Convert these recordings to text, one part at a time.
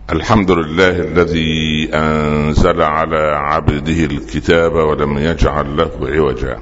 الحمد لله الذي أنزل على عبده الكتاب ولم يجعل له عوجا.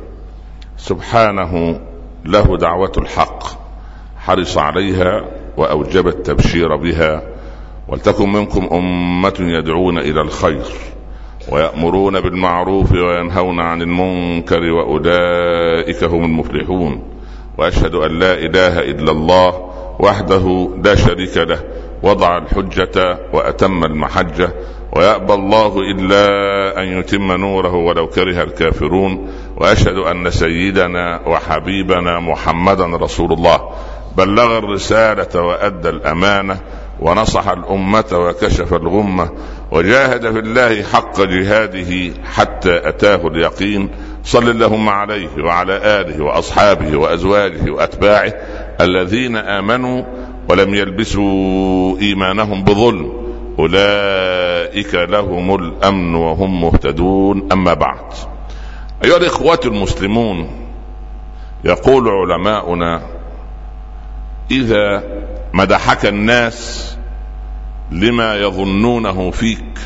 سبحانه له دعوة الحق، حرص عليها وأوجب التبشير بها. ولتكن منكم أمة يدعون إلى الخير ويأمرون بالمعروف وينهون عن المنكر وأولئك هم المفلحون. وأشهد أن لا إله إلا الله وحده لا شريك له، وضع الحجة وأتم المحجة، ويأبى الله إلا أن يتم نوره ولو كره الكافرون. وأشهد أن سيدنا وحبيبنا محمدا رسول الله، بلغ الرسالة وأدى الأمانة ونصح الأمة وكشف الغمة، وجاهد في الله حق جهاده حتى أتاه اليقين. صل اللهم عليه وعلى آله وأصحابه وأزواجه وأتباعه الذين آمنوا ولم يلبسوا إيمانهم بظلم، أولئك لهم الأمن وهم مهتدون. أما بعد، أيها الإخوة المسلمون، يقول علماؤنا: إذا مدحك الناس لما يظنونه فيك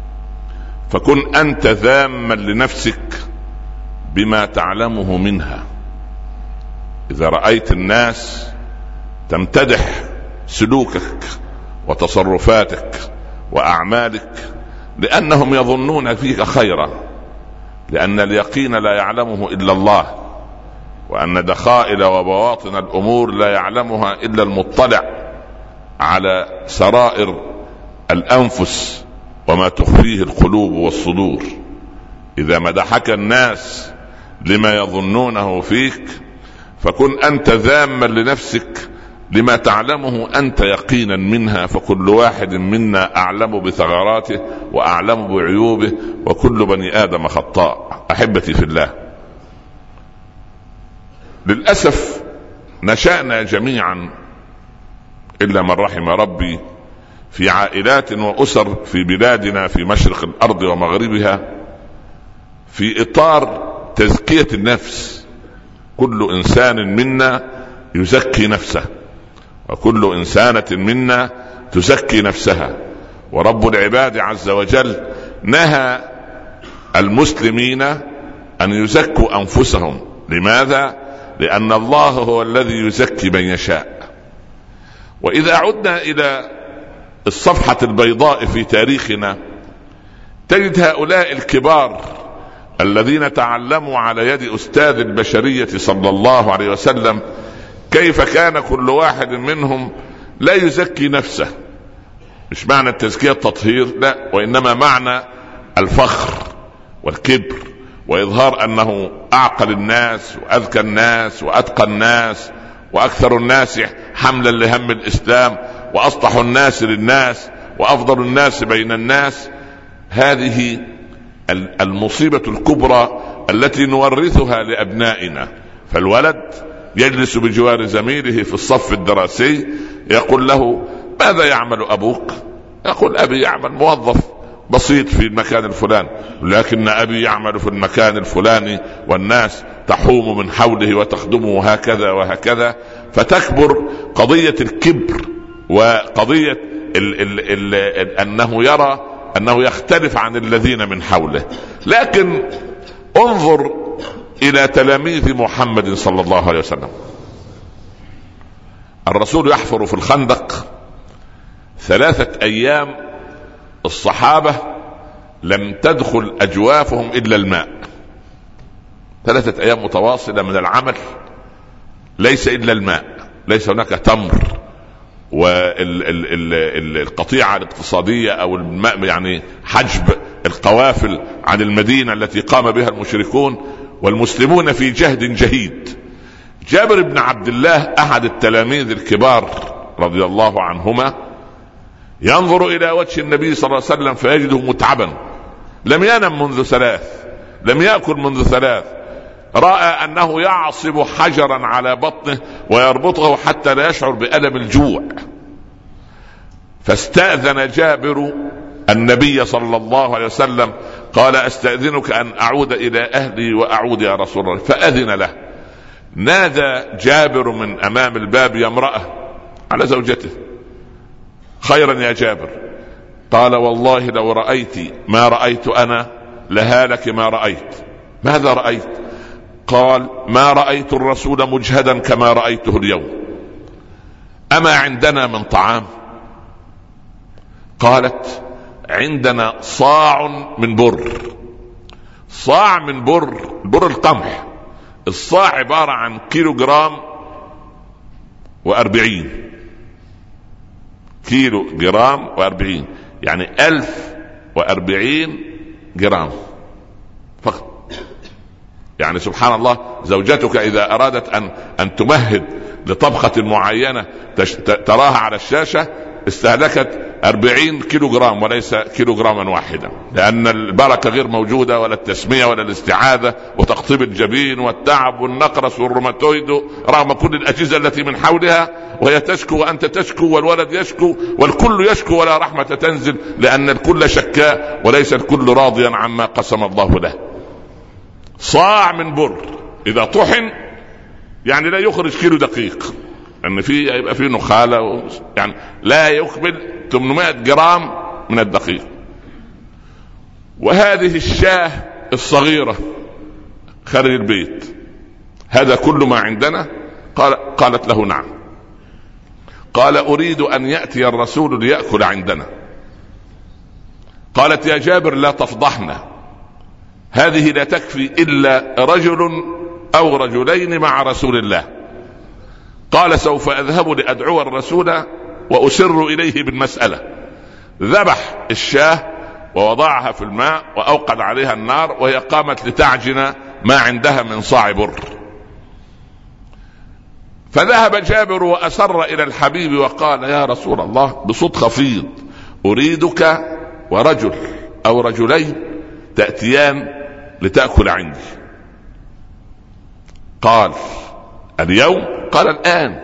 فكن أنت ذاما لنفسك بما تعلمه منها. إذا رأيت الناس تمتدح سلوكك وتصرفاتك وأعمالك لأنهم يظنون فيك خيرا، لأن اليقين لا يعلمه إلا الله، وأن دخائل وبواطن الأمور لا يعلمها إلا المطلع على سرائر الأنفس وما تخفيه القلوب والصدور. إذا مدحك الناس لما يظنونه فيك فكن أنت ذاما لنفسك لما تعلمه أنت يقينا منها، فكل واحد منا أعلم بثغراته وأعلم بعيوبه، وكل بني آدم خطاء. أحبتي في الله، للأسف نشأنا جميعا إلا من رحم ربي في عائلات وأسر في بلادنا في مشرق الأرض ومغربها في إطار تزكية النفس. كل إنسان منا يزكي نفسه، وكل إنسانة منا تزكي نفسها. ورب العباد عز وجل نهى المسلمين أن يزكوا أنفسهم. لماذا؟ لأن الله هو الذي يزكي من يشاء. وإذا عدنا إلى الصفحة البيضاء في تاريخنا تجد هؤلاء الكبار الذين تعلموا على يد أستاذ البشرية صلى الله عليه وسلم كيف كان كل واحد منهم لا يزكي نفسه. مش معنى التزكية التطهير، لا، وإنما معنى الفخر والكبر وإظهار أنه أعقل الناس وأذكى الناس وأتقى الناس وأكثر الناس حملا لهم الإسلام وأصلح الناس للناس وأفضل الناس بين الناس. هذه المصيبة الكبرى التي نورثها لأبنائنا. فالولد يجلس بجوار زميله في الصف الدراسي يقول له: ماذا يعمل أبوك؟ يقول: أبي يعمل موظف بسيط في المكان الفلاني. لكن أبي يعمل في المكان الفلاني والناس تحوم من حوله وتخدمه هكذا وهكذا. فتكبر قضية الكبر وقضية أنه يرى أنه يختلف عن الذين من حوله. لكن انظر إلى تلاميذ محمد صلى الله عليه وسلم. الرسول يحفر في الخندق 3 أيام، الصحابة لم تدخل أجوافهم إلا الماء. 3 أيام متواصلة من العمل، ليس إلا الماء، ليس هناك تمر. والقطيعة الاقتصادية أو الماء يعني حجب القوافل عن المدينة التي قام بها المشركون، والمسلمون في جهد جهيد. جابر بن عبد الله أحد التلاميذ الكبار رضي الله عنهما ينظر إلى وجه النبي صلى الله عليه وسلم فيجده متعبا، لم ينم منذ 3، لم يأكل منذ 3، رأى أنه يعصب حجرا على بطنه ويربطه حتى لا يشعر بألم الجوع. فاستأذن جابر النبي صلى الله عليه وسلم، قال: أستأذنك أن أعود إلى أهلي وأعود يا رسول الله. فأذن له. نادى جابر من أمام الباب: يا امرأة، على زوجته: خيرا يا جابر، قال والله لو رأيت ما رأيت أنا لهالك ما رأيت. ماذا رأيت؟ قال ما رأيت الرسول مجهدا كما رأيته اليوم. أما عندنا من طعام؟ قالت عندنا صاع من بر. صاع من بر القمح. الصاع عبارة عن كيلو جرام و40 كيلو جرام و40، يعني 1040 جرام فقط. يعني سبحان الله، زوجتك إذا أرادت أن تمهد لطبخة معينة تراها على الشاشة استهلكت 40 كيلو جرام وليس كيلو جراما واحدا، لأن البركة غير موجودة ولا التسمية ولا الاستعاذة وتقطيب الجبين والتعب والنقرس والروماتويد رغم كل الأجهزة التي من حولها، وهي تشكو وأنت تشكو والولد يشكو والكل يشكو ولا رحمة تنزل، لأن الكل شكاء وليس الكل راضيا عما قسم الله له. صاع من بر إذا طحن يعني لا يخرج كيلو دقيق، أن فيه يبقى فيه نخالة، يعني لا يقبل 800 جرام من الدقيق. وهذه الشاة الصغيرة خارج البيت، هذا كل ما عندنا؟ قالت له نعم. قال أريد أن يأتي الرسول ليأكل عندنا. قالت يا جابر لا تفضحنا، هذه لا تكفي إلا رجل أو رجلين مع رسول الله. قال سوف أذهب لأدعو الرسول وأسر إليه بالمسألة. ذبح الشاة ووضعها في الماء وأوقد عليها النار، وهي قامت لتعجن ما عندها من صاع بر. فذهب جابر وأسر إلى الحبيب وقال يا رسول الله بصوت خفيض أريدك ورجل أو رجلين تأتيان لتأكل عندي. قال اليوم؟ قال الآن.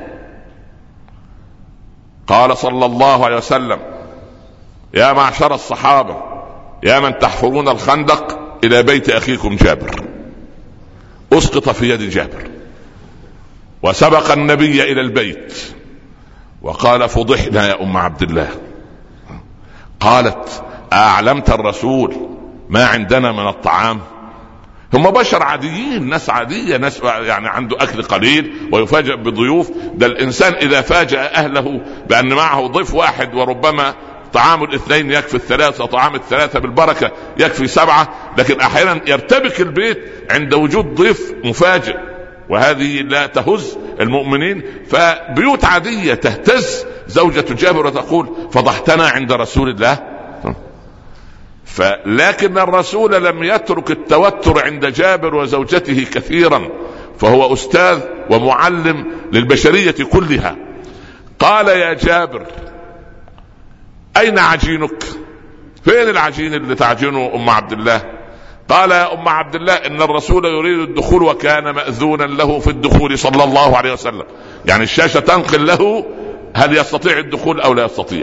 قال صلى الله عليه وسلم يا معشر الصحابة يا من تحفرون الخندق إلى بيت أخيكم جابر. أسقط في يد جابر وسبق النبي إلى البيت وقال فضحنا يا أم عبد الله. قالت أعلمت الرسول ما عندنا من الطعام؟ هم بشر عاديين، ناس عادية، ناس يعني عنده أكل قليل ويفاجأ بضيوف. ده الإنسان إذا فاجأ أهله بأن معه ضيف واحد وربما طعام الاثنين يكفي الثلاثة، طعام الثلاثة بالبركة يكفي 7، لكن أحيانا يرتبك البيت عند وجود ضيف مفاجئ، وهذه لا تهز المؤمنين. فبيوت عادية تهتز زوجة جابر وتقول فضحتنا عند رسول الله. لكن الرسول لم يترك التوتر عند جابر وزوجته كثيرا، فهو أستاذ ومعلم للبشرية كلها. قال يا جابر أين عجينك؟ فين العجين اللي تعجنه أم عبد الله؟ قال يا أم عبد الله إن الرسول يريد الدخول وكان مأذونا له في الدخول صلى الله عليه وسلم. يعني الشاشة تنقل له هل يستطيع الدخول أو لا يستطيع.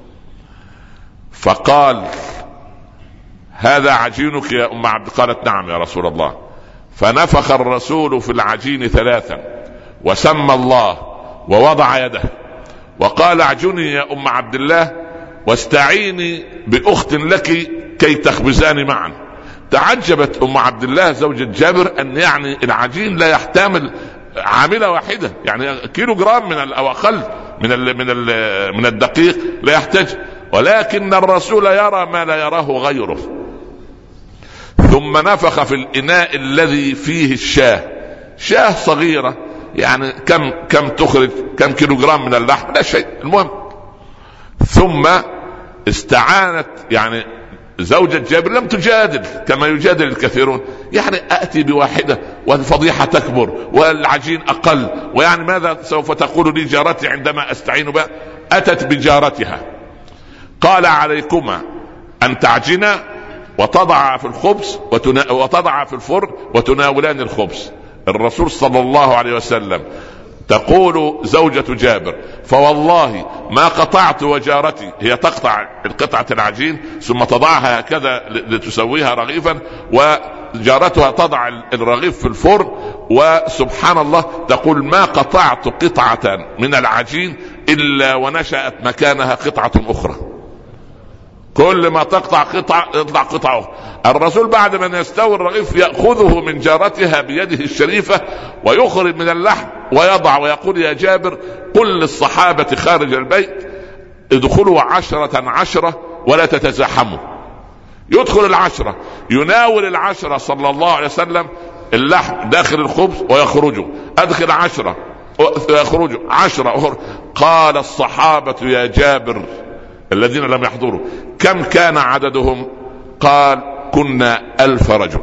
فقال هذا عجينك يا أم عبد؟ قالت نعم يا رسول الله. فنفخ الرسول في العجين 3 وسمى الله ووضع يده وقال اعجني يا أم عبد الله واستعيني بأخت لك كي تخبزان معا. تعجبت أم عبد الله زوجة جابر أن يعني العجين لا يحتمل عاملة واحدة، يعني كيلو جرام من أو أقل من الدقيق لا يحتاج، ولكن الرسول يرى ما لا يراه غيره. ثم نفخ في الإناء الذي فيه الشاة، شاة صغيرة يعني كم تخرج كم كيلو جرام من اللحم؟ لا شيء. المهم ثم استعانت، يعني زوجة جابر لم تجادل كما يجادل الكثيرون، يعني أتي بواحدة والفضيحة تكبر والعجين أقل، ويعني ماذا سوف تقول لي جارتي عندما أستعين بها؟ أتت بجارتها. قال عليكما أن تعجنا وتضع في الخبز وتضع في الفرن وتناولان الخبز. الرسول صلى الله عليه وسلم تقول زوجة جابر فوالله ما قطعت وجارتي، هي تقطع القطعة العجين ثم تضعها هكذا لتسويها رغيفا، وجارتها تضع الرغيف في الفرن، وسبحان الله تقول ما قطعت قطعة من العجين إلا ونشأت مكانها قطعة أخرى. كل ما تقطع قطعة يطلع قطعه. الرسول بعد ما يستوي الرغيف يأخذه من جارتها بيده الشريفة ويخرج من اللحم ويضع ويقول يا جابر قل للصحابة خارج البيت ادخلوا 10 ولا تتزاحموا. يدخل 10 يناول 10 صلى الله عليه وسلم اللحم داخل الخبز ويخرجوا، أدخل 10 ويخرجوا 10. قال الصحابة يا جابر الذين لم يحضروا كم كان عددهم؟ قال كنا 1000 رجل.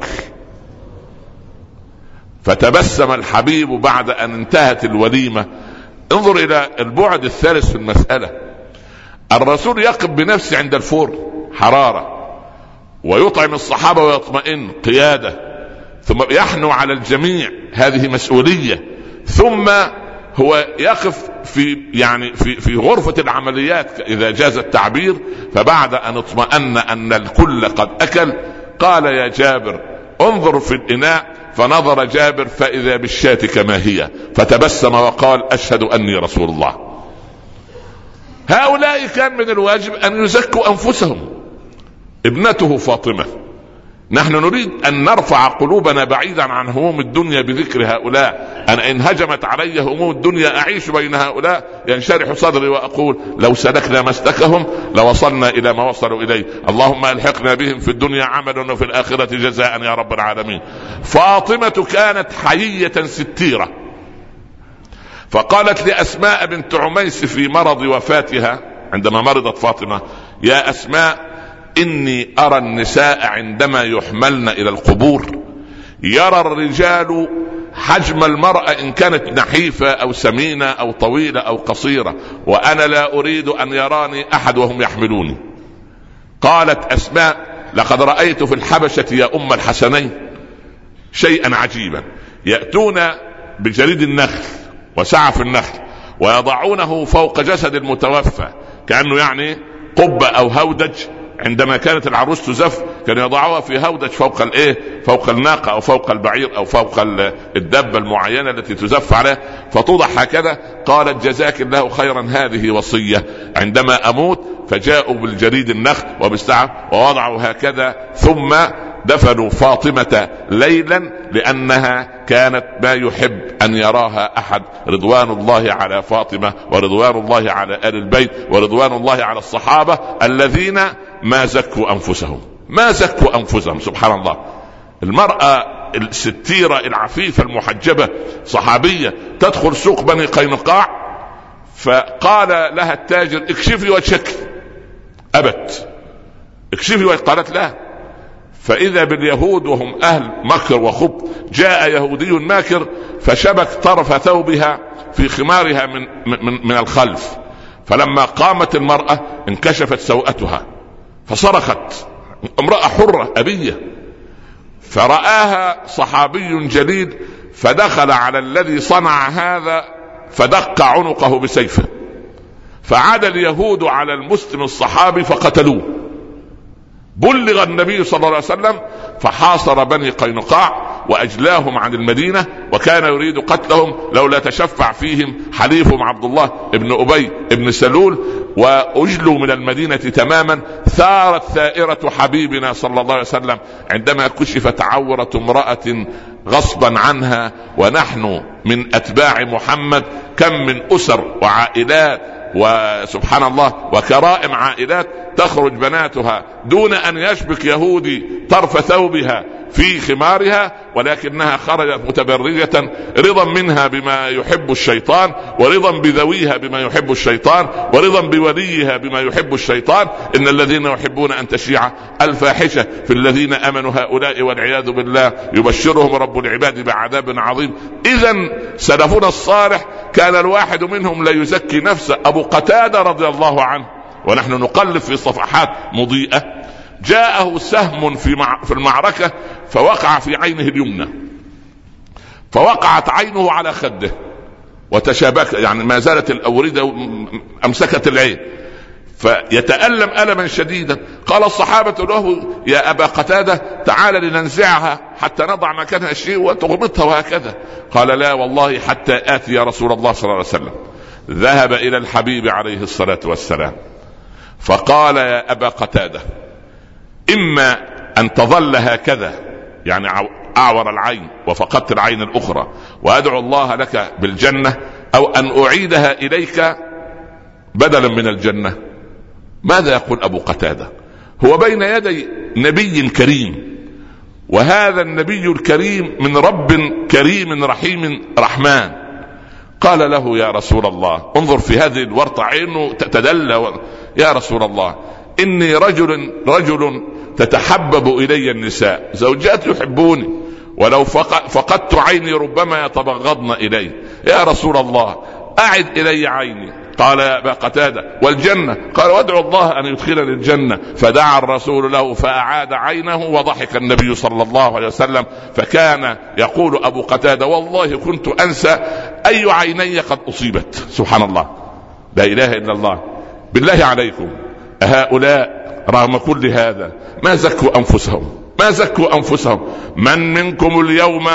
فتبسم الحبيب بعد أن انتهت الوليمة. انظر إلى البعد الثالث في المسألة. الرسول يقف بنفسه عند الفرن حرارة ويطعم الصحابة ويطمئن قيادة، ثم يحنو على الجميع، هذه مسؤولية. ثم هو يقف في غرفة العمليات إذا جاز التعبير، فبعد أن اطمأن أن الكل قد أكل قال يا جابر انظر في الإناء، فنظر جابر فإذا بالشاة كما هي، فتبسم وقال أشهد أني رسول الله. هؤلاء كان من الواجب أن يزكوا أنفسهم. ابنته فاطمة، نحن نريد أن نرفع قلوبنا بعيدا عن هموم الدنيا بذكر هؤلاء. أنا إن هجمت علي هموم الدنيا أعيش بين هؤلاء ينشرح صدري وأقول لو سلكنا مسلكهم لوصلنا إلى ما وصلوا إليه. اللهم ألحقنا بهم في الدنيا عملا وفي الآخرة جزاء يا رب العالمين. فاطمة كانت حيية ستيرة، فقالت لأسماء بنت عميس في مرض وفاتها عندما مرضت فاطمة يا أسماء إني أرى النساء عندما يحملن إلى القبور يرى الرجال حجم المرأة إن كانت نحيفة أو سمينة أو طويلة أو قصيرة، وأنا لا أريد أن يراني أحد وهم يحملوني. قالت أسماء لقد رأيت في الحبشة يا أم الحسنين شيئا عجيبا، يأتون بجريد النخل وسعف النخل ويضعونه فوق جسد المتوفى كأنه يعني قبة أو هودج. عندما كانت العروس تزف كانوا يضعوها في هودج فوق الناقة أو فوق البعير أو فوق الدبة المعينة التي تزف عليها، فتوضع هكذا. قالت جزاك الله خيرا، هذه وصية عندما أموت. فجاءوا بالجريد النخل وبالسعف ووضعوا هكذا، ثم دفنوا فاطمة ليلا لأنها كانت ما يحب أن يراها أحد. رضوان الله على فاطمة ورضوان الله على آل البيت ورضوان الله على الصحابة الذين ما زكوا أنفسهم. سبحان الله. المرأة الستيرة العفيفة المحجبة صحابية تدخل سوق بني قينقاع، فقال لها التاجر اكشفي وجهك، أبت. اكشفي وجهك، قالت لا. فإذا باليهود وهم أهل مكر وخبث، جاء يهودي ماكر فشبك طرف ثوبها في خمارها من الخلف، فلما قامت المرأة انكشفت سوءتها فصرخت، امرأة حرة أبية. فرآها صحابي جليل فدخل على الذي صنع هذا فدق عنقه بسيفه، فعاد اليهود على المسلم الصحابي فقتلوه. بلغ النبي صلى الله عليه وسلم فحاصر بني قينقاع وأجلاهم عن المدينة، وكان يريد قتلهم لولا تشفع فيهم حليفهم عبد الله ابن أبي ابن سلول، وأجلوا من المدينة تماما. ثارت ثائرة حبيبنا صلى الله عليه وسلم عندما كشفت عورة امرأة غصبا عنها، ونحن من أتباع محمد كم من أسر وعائلات وسبحان الله وكرائم عائلات تخرج بناتها دون أن يشبك يهودي طرف ثوبها في خمارها، ولكنها خرجت متبرجة رضا منها بما يحب الشيطان، ورضا بذويها بما يحب الشيطان، ورضا بوليها بما يحب الشيطان. إن الذين يحبون أن تشيع الفاحشة في الذين آمنوا هؤلاء والعياذ بالله يبشرهم رب العباد بعذاب عظيم. إذن سلفنا الصالح كان الواحد منهم لا يزكي نفسه. أبو قتادة رضي الله عنه، ونحن نقلب في صفحات مضيئة، جاءه سهم في المعركة فوقع في عينه اليمنى، فوقعت عينه على خده وتشابك، يعني ما زالت الأوردة أمسكت العين، فيتألم ألما شديدا. قال الصحابة له يا أبا قتادة تعال لننزعها حتى نضع مكانها شيء وتغمطها وهكذا. قال لا والله حتى آتي يا رسول الله صلى الله عليه وسلم. ذهب إلى الحبيب عليه الصلاة والسلام فقال يا أبا قتادة إما أن تظل هكذا، يعني أعور العين وفقدت العين الأخرى، وأدعو الله لك بالجنة، أو أن أعيدها إليك بدلا من الجنة. ماذا يقول أبو قتادة؟ هو بين يدي نبي كريم، وهذا النبي الكريم من رب كريم رحيم رحمن. قال له يا رسول الله، انظر في هذه الورطة، عينه تتدلى، يا رسول الله إني رجل تتحبب إلي النساء، زوجاتي يحبوني، ولو فقدت عيني ربما يتبغضن إلي، يا رسول الله أعد إلي عيني. قال يا أبا قتادة والجنة؟ قال وادعو الله أن يدخلني الجنة. فدعا الرسول له فأعاد عينه، وضحك النبي صلى الله عليه وسلم. فكان يقول أبو قتادة والله كنت أنسى أي عيني قد أصيبت. سبحان الله، لا إله إلا الله. بالله عليكم هؤلاء رغم كل هذا ما زكوا أنفسهم. من منكم اليوم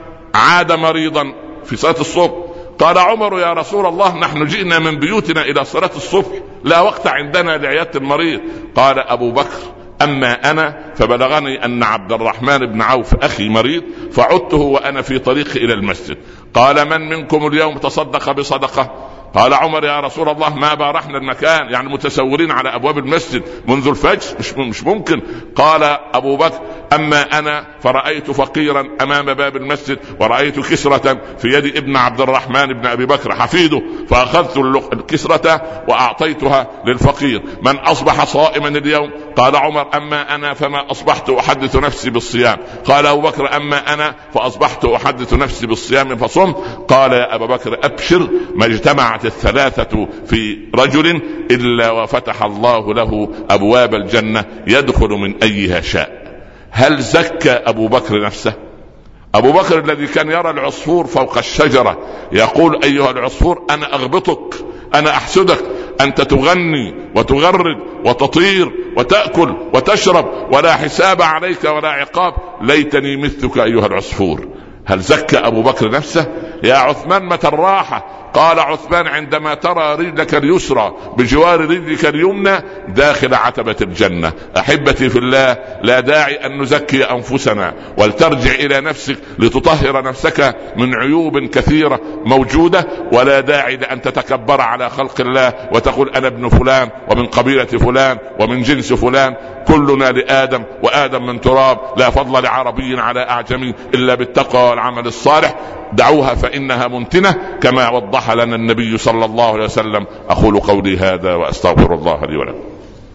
عاد مريضا في صلاة الصبح؟ قال عمر يا رسول الله نحن جئنا من بيوتنا إلى صلاة الصبح، لا وقت عندنا لعيادة المريض. قال أبو بكر أما أنا فبلغني أن عبد الرحمن بن عوف أخي مريض، فعدته وأنا في طريقي إلى المسجد. قال من منكم اليوم تصدق بصدقة؟ قال عمر يا رسول الله ما بارحنا المكان، يعني متسورين على أبواب المسجد منذ الفجر، مش ممكن. قال أبو بكر أما أنا فرأيت فقيرا أمام باب المسجد، ورأيت كسرة في يد ابن عبد الرحمن بن أبي بكر حفيده، فأخذت الكسرة وأعطيتها للفقير. من أصبح صائما اليوم؟ قال عمر أما أنا فما أصبحت أحدث نفسي بالصيام. قال أبو بكر أما أنا فأصبحت أحدث نفسي بالصيام فصمت. قال يا أبا بكر أبشر، ما اجتمعت الثلاثة في رجل إلا وفتح الله له أبواب الجنة يدخل من أيها شاء. هل زكى أبو بكر نفسه؟ أبو بكر الذي كان يرى العصفور فوق الشجرة يقول أيها العصفور أنا أغبطك، أنا أحسدك، أنت تغني وتغرد وتطير وتأكل وتشرب ولا حساب عليك ولا عقاب، ليتني مثلك أيها العصفور. هل زكى أبو بكر نفسه؟ يا عثمان متى الراحة؟ قال عثمان عندما ترى رجلك اليسرى بجوار رجلك اليمنى داخل عتبة الجنة. أحبتي في الله، لا داعي أن نزكي أنفسنا، ولترجع إلى نفسك لتطهر نفسك من عيوب كثيرة موجودة، ولا داعي لأن تتكبر على خلق الله وتقول أنا ابن فلان ومن قبيلة فلان ومن جنس فلان. كلنا لآدم وآدم من تراب، لا فضل لعربي على أعجمي إلا بالتقوى والعمل الصالح. دعوها فإنها منتنة كما وضح لنا النبي صلى الله عليه وسلم. أقول قولي هذا وأستغفر الله لي ولكم.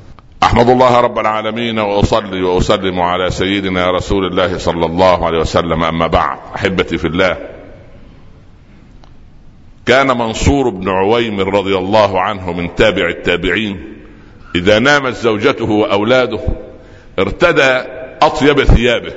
أحمد الله رب العالمين وأصلي وأسلم على سيدنا رسول الله صلى الله عليه وسلم. أما بعد، أحبتي في الله، كان منصور بن عويمر رضي الله عنه من تابع التابعين إذا نامت زوجته وأولاده ارتدى أطيب ثيابه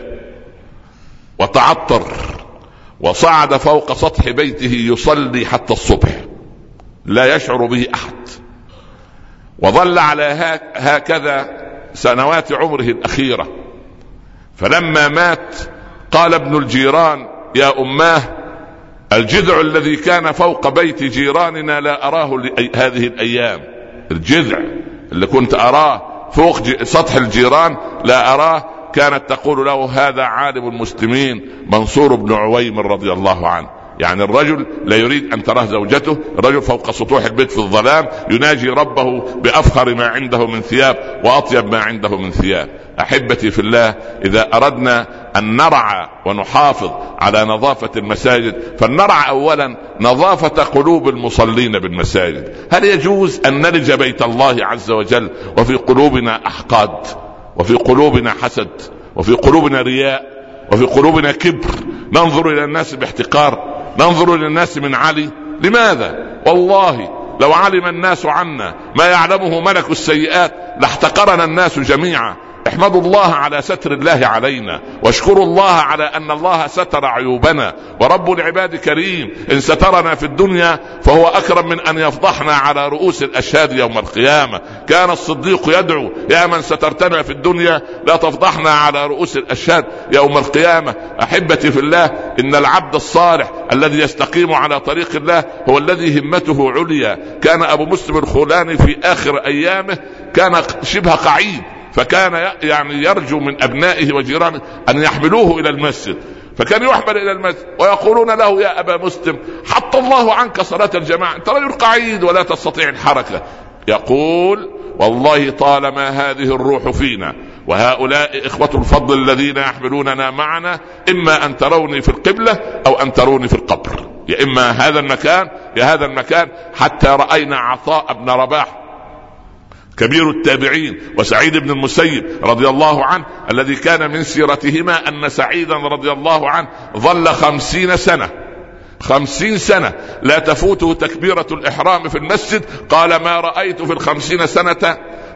وتعطر وصعد فوق سطح بيته يصلي حتى الصبح لا يشعر به أحد، وظل على هكذا سنوات عمره الأخيرة. فلما مات قال ابن الجيران يا أماه الجذع الذي كان فوق بيت جيراننا لا أراه هذه الأيام، الجذع اللي كنت أراه فوق سطح الجيران لا أراه. كانت تقول له هذا عالم المسلمين منصور بن عويمر رضي الله عنه. يعني الرجل لا يريد أن تراه زوجته، الرجل فوق سطوح البيت في الظلام يناجي ربه بأفخر ما عنده من ثياب وأطيب ما عنده من ثياب. أحبتي في الله، إذا أردنا أن نرعى ونحافظ على نظافة المساجد فلنرعى أولا نظافة قلوب المصلين بالمساجد. هل يجوز أن نلج بيت الله عز وجل وفي قلوبنا أحقاد، وفي قلوبنا حسد، وفي قلوبنا رياء، وفي قلوبنا كبر، ننظر إلى الناس باحتقار، ننظر إلى الناس من علي؟ لماذا؟ والله لو علم الناس عنا ما يعلمه ملك السيئات لاحتقرنا الناس جميعا. احمدوا الله على ستر الله علينا، واشكروا الله على أن الله ستر عيوبنا. ورب العباد كريم، إن سترنا في الدنيا فهو أكرم من أن يفضحنا على رؤوس الأشهاد يوم القيامة. كان الصديق يدعو يا من سترتنا في الدنيا لا تفضحنا على رؤوس الأشهاد يوم القيامة. أحبتي في الله، إن العبد الصالح الذي يستقيم على طريق الله هو الذي همته عليا. كان أبو مسلم الخولاني في آخر أيامه كان شبه قعيد، فكان يعني يرجو من أبنائه وجيرانه أن يحملوه إلى المسجد، فكان يحمل إلى المسجد ويقولون له: يا أبا مسلم، حط الله عنك صلاة الجماعة، أنت رجل قعيد ولا تستطيع الحركة. يقول: والله طالما هذه الروح فينا وهؤلاء إخوة الفضل الذين يحملوننا معنا، إما أن تروني في القبلة أو أن تروني في القبر، يا إما هذا المكان يا هذا المكان. حتى رأينا عطاء بن رباح كبير التابعين وسعيد بن المسيب رضي الله عنه الذي كان من سيرتهما أن سعيدا رضي الله عنه ظل 50 سنة لا تفوته تكبيرة الإحرام في المسجد. قال: ما رأيت في 50 سنة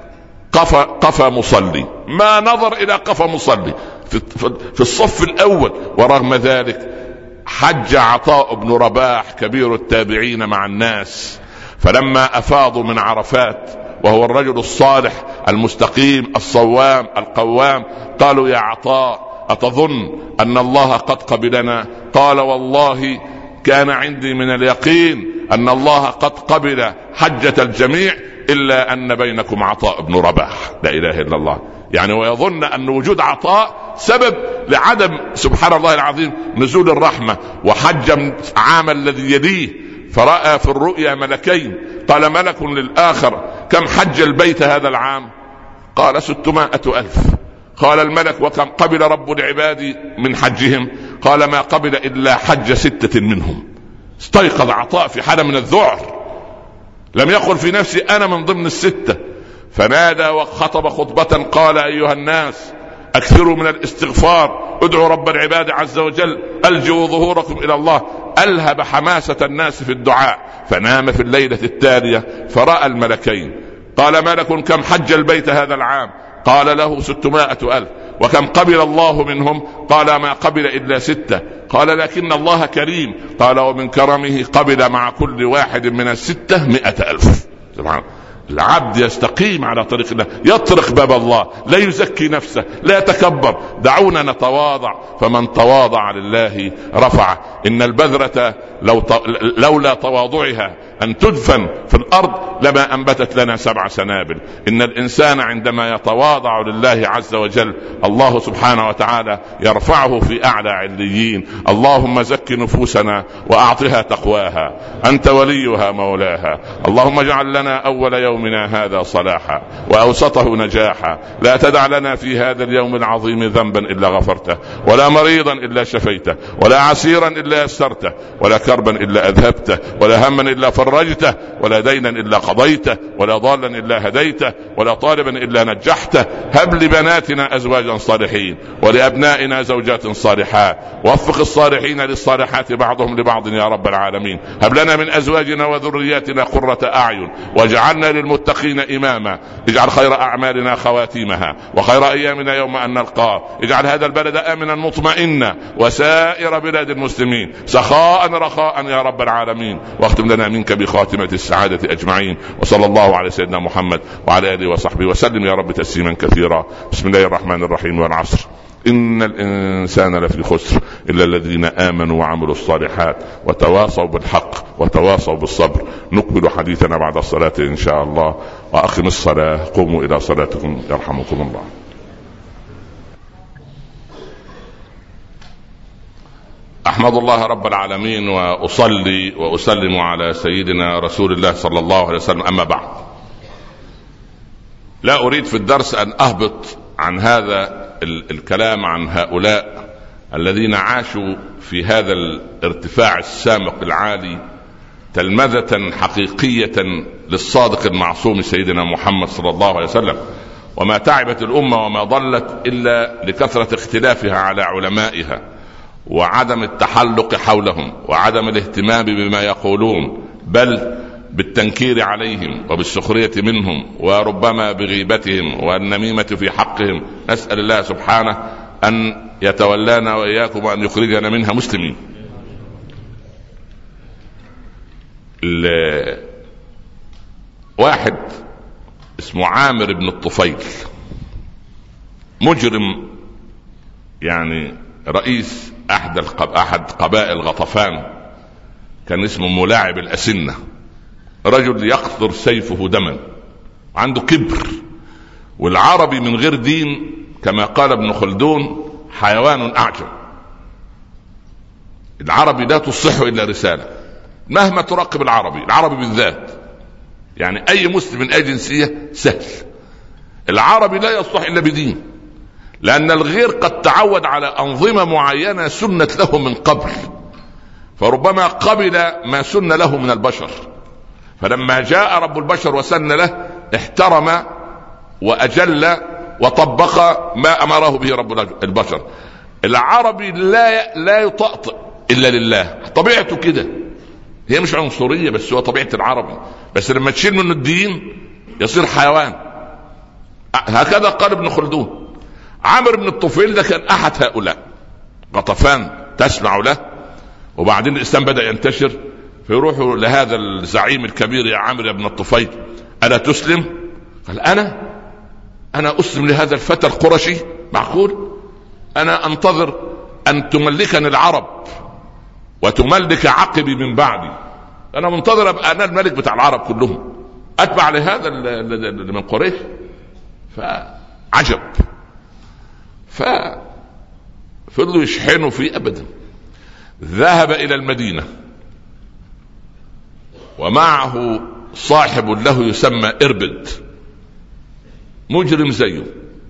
قفا مصلي، ما نظر إلى قفا مصلي في الصف الأول. ورغم ذلك حج عطاء بن رباح كبير التابعين مع الناس، فلما أفاضوا من عرفات وهو الرجل الصالح المستقيم الصوام القوام، قالوا: يا عطاء، أتظن أن الله قد قبلنا؟ قال: والله كان عندي من اليقين أن الله قد قبل حجة الجميع إلا أن بينكم عطاء بن رباح. لا إله إلا الله. يعني ويظن أن وجود عطاء سبب لعدم سبحان الله العظيم نزول الرحمة. وحج عام الذي يليه فرأى في الرؤيا ملكين، قال ملك للآخر: كم حج البيت هذا العام؟ قال: 600,000. قال الملك: وكم قبل رب العباد من حجهم؟ قال: ما قبل إلا حج 6 منهم. استيقظ عطاء في حالة من الذعر، لم يقل في نفسه أنا من ضمن 6، فنادى وخطب خطبة قال: أيها الناس، أكثروا من الاستغفار، ادعوا رب العباد عز وجل، ألجوا ظهوركم إلى الله. ألهب حماسة الناس في الدعاء، فنام في الليلة التالية فرأى الملكين. قال ملك: كم حج البيت هذا العام؟ قال له: 600,000. وكم قبل الله منهم؟ قال: ما قبل إلا 6. قال: لكن الله كريم. قال: ومن كرمه قبل مع كل واحد من 6 100,000. سبحان الله. العبد يستقيم على طريق الله، يطرق باب الله، لا يزكي نفسه، لا يتكبر. دعونا نتواضع، فمن تواضع لله رفعه. إن البذرة لولا تواضعها أن تدفن في الأرض لما أنبتت لنا 7 سنابل. إن الإنسان عندما يتواضع لله عز وجل الله سبحانه وتعالى يرفعه في أعلى عليين. اللهم زك نفوسنا وأعطها تقواها، أنت وليها مولاها. اللهم اجعل لنا أول يومنا هذا صلاحا وأوسطه نجاحا. لا تدع لنا في هذا اليوم العظيم ذنبا إلا غفرته، ولا مريضا إلا شفيته، ولا عسيرا إلا يسرته، ولا كربا إلا أذهبته، ولا هما إلا فرجته، ولا دينا إلا قضيته، ولا ضالا إلا هديته، ولا طالبا إلا نجحته. هب لبناتنا أزواجا صالحين، ولأبنائنا زوجات صالحات، ووفق الصالحين للصالحات بعضهم لبعض يا رب العالمين. هب لنا من أزواجنا وذرياتنا قرة أعين، واجعلنا للمتقين إماما. اجعل خير أعمالنا خواتيمها، وخير أيامنا يوم أن نلقاه. اجعل هذا البلد آمنا مطمئنا، وسائر بلاد المسلمين سخاء رخاء يا رب العالمين. واختم لنا منك بخاتمة السعادة أجمعين. وصلى الله على سيدنا محمد وعلى آله وصحبه وسلم يا رب تسليما كثيرا. بسم الله الرحمن الرحيم. والعصر إن الإنسان لفي خسر إلا الذين آمنوا وعملوا الصالحات وتواصوا بالحق وتواصوا بالصبر. نكمل حديثنا بعد الصلاة إن شاء الله. وأقم الصلاة، قوموا إلى صلاتكم يرحمكم الله. أحمد الله رب العالمين، وأصلي وأسلم على سيدنا رسول الله صلى الله عليه وسلم. أما بعد، لا أريد في الدرس أن أهبط عن هذا الكلام عن هؤلاء الذين عاشوا في هذا الارتفاع السامق العالي تلمذة حقيقية للصادق المعصوم سيدنا محمد صلى الله عليه وسلم. وما تعبت الأمة وما ضلت إلا لكثرة اختلافها على علمائها، وعدم التحلق حولهم، وعدم الاهتمام بما يقولون، بل بالتنكير عليهم وبالسخرية منهم، وربما بغيبتهم والنميمة في حقهم. نسأل الله سبحانه أن يتولانا وإياكم وأن يخرجنا منها مسلمين. واحد اسمه عامر بن الطفيل، مجرم، يعني رئيس أحد قبائل غطفان، كان اسمه ملاعب الأسنة، رجل يقطر سيفه دما، عنده كبر والعربي من غير دين كما قال ابن خلدون حيوان أعجم. العربي لا تصح إلا رسالة، مهما تراقب العربي بالذات، يعني أي مسلم من أي جنسية سهل. العربي لا يصلح إلا بدين، لأن الغير قد تعود على أنظمة معينة سنت له من قبل، فربما قبل ما سن له من البشر، فلما جاء رب البشر وسن له احترم وأجل وطبق ما أمره به رب البشر. العربي لا يطأطئ إلا لله، طبيعته كده، هي مش عنصرية بس هو طبيعة العربي، بس لما تشيل منه الدين يصير حيوان. هكذا قال ابن خلدون. عمرو بن الطفيل ده كان أحد هؤلاء. غطفان تسمع له، وبعدين الإسلام بدأ ينتشر، فيروحوا لهذا الزعيم الكبير: يا عمرو يا ابن الطفيل ألا تسلم؟ قال أنا أسلم لهذا الفتى القرشي؟ معقول؟ أنا أنتظر أن تملكني العرب وتملك عقبي من بعدي، أنا منتظر أبقى أنا الملك بتاع العرب كلهم، أتبع لهذا اللي من قريش. فعجب، ففضلوا يشحنوا فيه أبدا. ذهب إلى المدينة ومعه صاحب له يسمى إربد، مجرم زيه،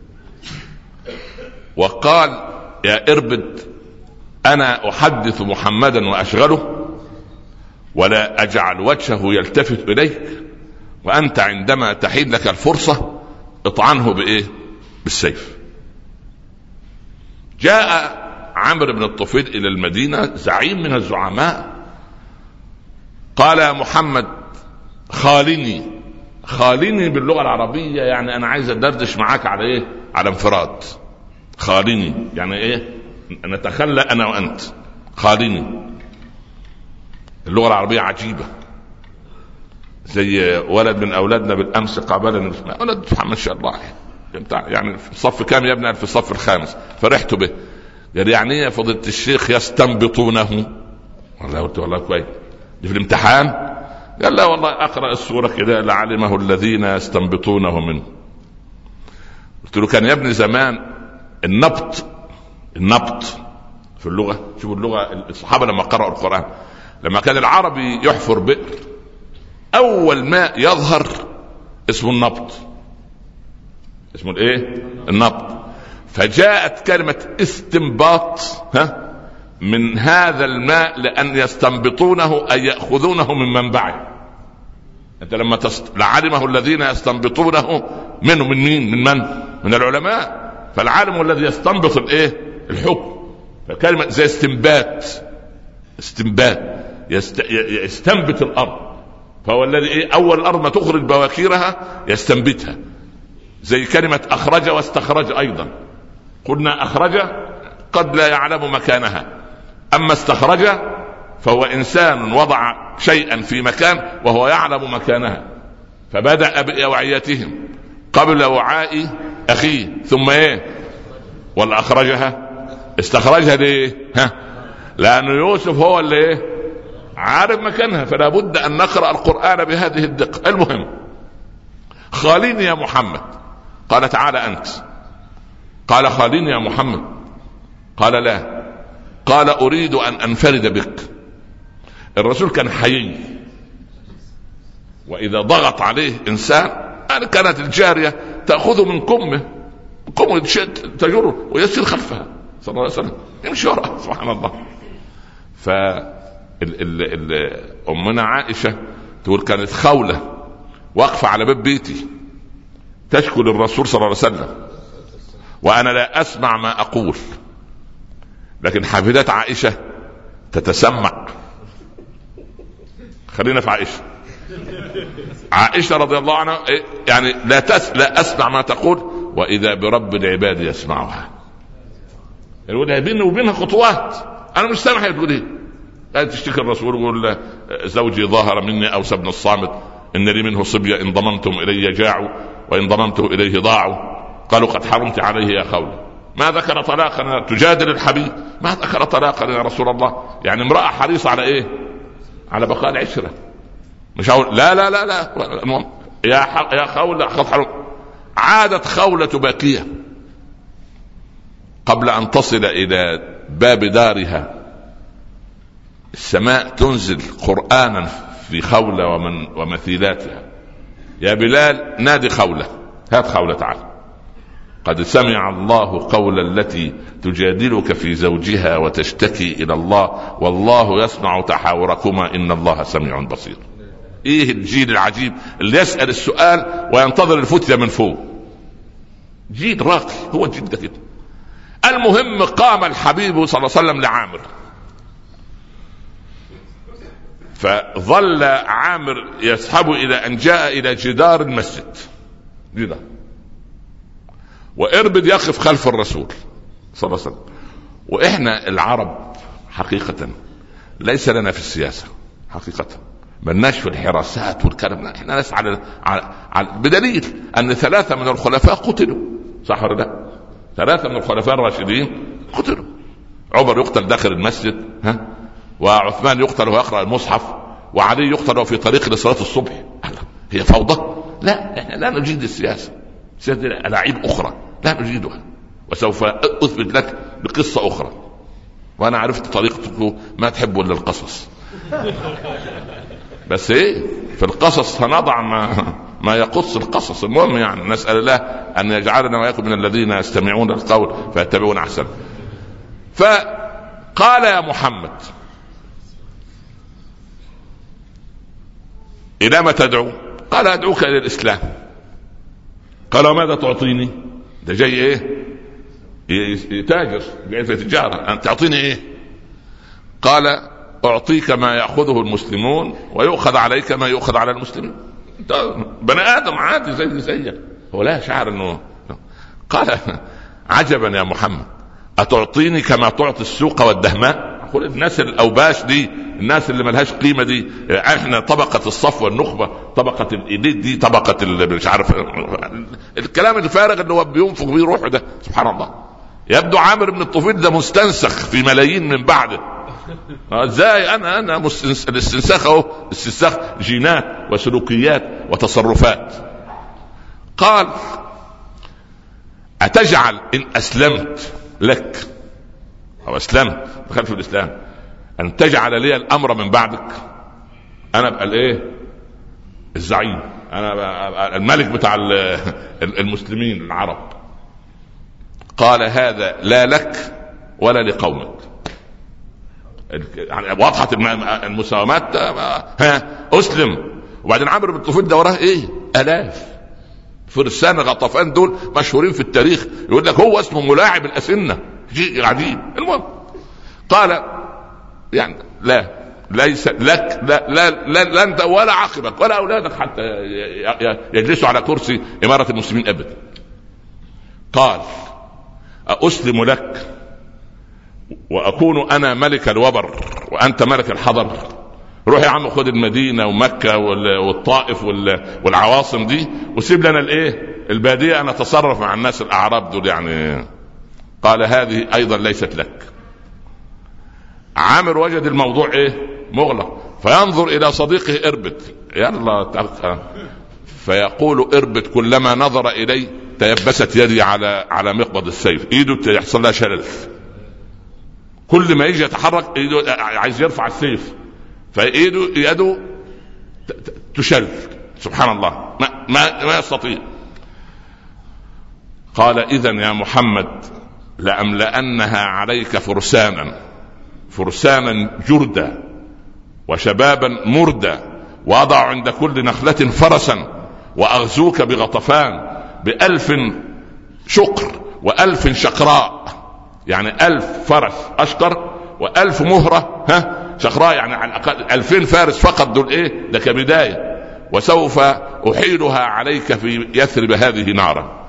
وقال: يا إربد، أنا أحدث محمدا وأشغله ولا أجعل وجهه يلتفت إليك، وأنت عندما تحين لك الفرصة اطعنه بإيه؟ بالسيف. جاء عمرو بن الطفيل إلى المدينة، زعيم من الزعماء، قال: يا محمد خالني باللغة العربية، يعني أنا عايز أدردش معاك على إيه؟ على انفراد. خالني يعني إيه؟ نتخلى أنا وأنت. خالني. اللغة العربية عجيبة، زي ولد من أولادنا بالأمس قابلني، ولد ما شاء الله، يعني في الصف كام يا ابني؟ في الصف الخامس. فرحت به، قال: يعني يا فضيلة الشيخ يستنبطونه؟ والله قلت: والله كويس، دي في الامتحان؟ قال: لا والله أقرأ السورة كده لعلمه الذين يستنبطونه منه. قلت له: كان يا ابني زمان النبط في اللغة، شوفوا اللغة، الصحابة لما قرأوا القرآن، لما كان العربي يحفر بئر أول ما يظهر اسمه النبط، اسمه الايه؟ النبط. فجاءت كلمة استنباط من هذا الماء، لأن يستنبطونه أي يأخذونه من منبعه. أنت لما لعلمه الذين يستنبطونه منه، من مين؟ من العلماء. فالعالم الذي يستنبط الايه؟ الحكم. فكلمة زي استنبات يستنبت الأرض، فهو الذي ايه؟ أول الأرض ما تخرج بواكيرها يستنبتها. زي كلمة أخرج واستخرج أيضا، قلنا أخرج قد لا يعلم مكانها، أما استخرج فهو إنسان وضع شيئا في مكان وهو يعلم مكانها، فبدأ بأوعيتهم قبل وعاء أخيه، ثم إيه؟ ولا أخرجها؟ استخرجها ليه؟ لأن يوسف هو اللي إيه؟ عارف مكانها، فلا بد أن نقرأ القرآن بهذه الدقة. المهم: خاليني يا محمد. قال: تعال أنت. قال: خاليني يا محمد. قال: لا. قال: أريد أن أنفرد بك. الرسول كان حيي، وإذا ضغط عليه إنسان، يعني كانت الجارية تأخذه من كمه تجره ويسير خلفها صلى الله عليه وسلم، يمشي وراء. سبحان الله. أمنا عائشة تقول: كانت خولة واقفة على باب بيتي تشكو للرسول صلى الله عليه وسلم، وأنا لا أسمع ما أقول، لكن حفيدات عائشة تتسمع. خلينا في عائشة رضي الله عنها، يعني لا أسمع ما تقول، وإذا برب العباد يسمعها. يقول بيني وبينها خطوات، أنا مش سامع. يقول إيه؟ لا تشتكي الرسول ويقول: زوجي ظاهر مني أوس بن الصامت، إن لي منه صبية، إن ضممتم إليه جاعوا وإن ضممته إليه ضاعوا. قالوا: قد حرمت عليه يا خولة. ما ذكر طلاقنا؟ تجادل الحبيب. ما ذكر طلاقنا يا رسول الله. يعني امرأة حريصة على إيه؟ على بقاء العشرة. مش هقول لا لا لا لا يا خولة، عادت خولة باكية قبل أن تصل إلى باب دارها السماء تنزل قرآنا في خولة ومثيلاتها. يا بلال نادي خولة، هات خولة تعال. قد سمع الله قول التي تجادلك في زوجها وتشتكي إلى الله والله يسمع تحاوركما إن الله سميع بصير. ايه الجيل العجيب اللي يسأل السؤال وينتظر الفتية من فوق. جيل راقي هو الجيل ده كده. المهم قام الحبيب صلى الله عليه وسلم لعامر، فظل عامر يسحب إلى أن جاء إلى جدار المسجد جدار، وإربد يقف خلف الرسول صلى الله عليه وسلم. وإحنا العرب حقيقة ليس لنا في السياسة حقيقة، ملناش في الحراسات والكلام، احنا ناس على بدليل أن 3 من الخلفاء قتلوا، صح ولا لا؟ 3 من الخلفاء الراشدين قتلوا. عمر يقتل داخل المسجد، وعثمان يقتل ويقرأ المصحف، وعلي يقتل وفي طريق لصلاة الصبح. هي فوضى؟ لا، احنا لا نجيد السياسة، سياسة ألاعيب أخرى لا نجيدها، وسوف أثبت لك بقصة أخرى. وأنا عرفت طريقتك ما تحب إلا القصص، بس إيه في القصص هنضع ما يقص القصص. المهم يعني نسأل الله أن يجعلنا ويكون من الذين يستمعون القول فيتبعون أحسن. فقال يا محمد إلى ما تدعو؟ قال أدعوك إلى الإسلام. قال وماذا تعطيني؟ ده جاي إيه تاجر جاي في تجارة، أنت تعطيني إيه؟ قال أعطيك ما يأخذه المسلمون ويؤخذ عليك ما يؤخذ على المسلمين. بني آدم عادي زيك، هو لا شعر أنه. قال عجبا يا محمد، أتعطيني كما تعطي السوق والدهماء؟ أقول الناس الأوباش دي، الناس اللي ملهاش قيمة دي، احنا طبقة الصفوة النخبة، طبقة الإليت دي، طبقة مش عارف الكلام الفارغ اللي هو بينفق بيه روحه ده. سبحان الله، يبدو عامر بن الطفيل ده مستنسخ في ملايين من بعده. ازاي انا الاستنساخ اهو، استنساخ جينات وسلوكيات وتصرفات. قال أتجعل إن أسلمت لك أو أسلمت دخلت في الإسلام أن تجعل لي الأمر من بعدك؟ أنا أبقى الإيه؟ الزعيم، أنا الملك بتاع المسلمين العرب. قال هذا لا لك ولا لقومك. يعني واضحة المساومات. أسلم. وبعدين عمرو بن الطفيل ده وراه إيه؟ آلاف فرسان غطفان، دول مشهورين في التاريخ، يقول لك هو اسمه ملاعب الأسنة، شيء عجيب. المهم قال يعني لا، ليس لك لا انت ولا عقبك ولا اولادك حتى يجلسوا على كرسي امارة المسلمين ابدا. قال أسلم لك واكون انا ملك الوبر وانت ملك الحضر؟ روح يا عم خد المدينة ومكة والطائف والعواصم دي وسيب لنا الايه البادية، انا اتصرف مع الناس الاعراب دول يعني. قال هذه ايضا ليست لك. عامر وجد الموضوع ايه مغلق، فينظر الى صديقه اربد، يلا فيقول اربد كلما نظر الي تيبست يدي على مقبض السيف، ايده يحصل لها شلل، كل ما يجي يتحرك ايده عايز يرفع السيف يده تشل. سبحان الله، ما يستطيع. قال إذن يا محمد لأملأنها عليك فرسانا جردا وشبابا مردا، وأضع عند كل نخلة فرسا، وأغزوك بغطفان 1000 شقر و1000 شقراء، يعني 1000 فرس أشقر و1000 مهرة شقراء، يعني على الأقل 2000 فارس فقط دول ايه ده كبداية، وسوف أحيلها عليك في يثرب هذه نارا.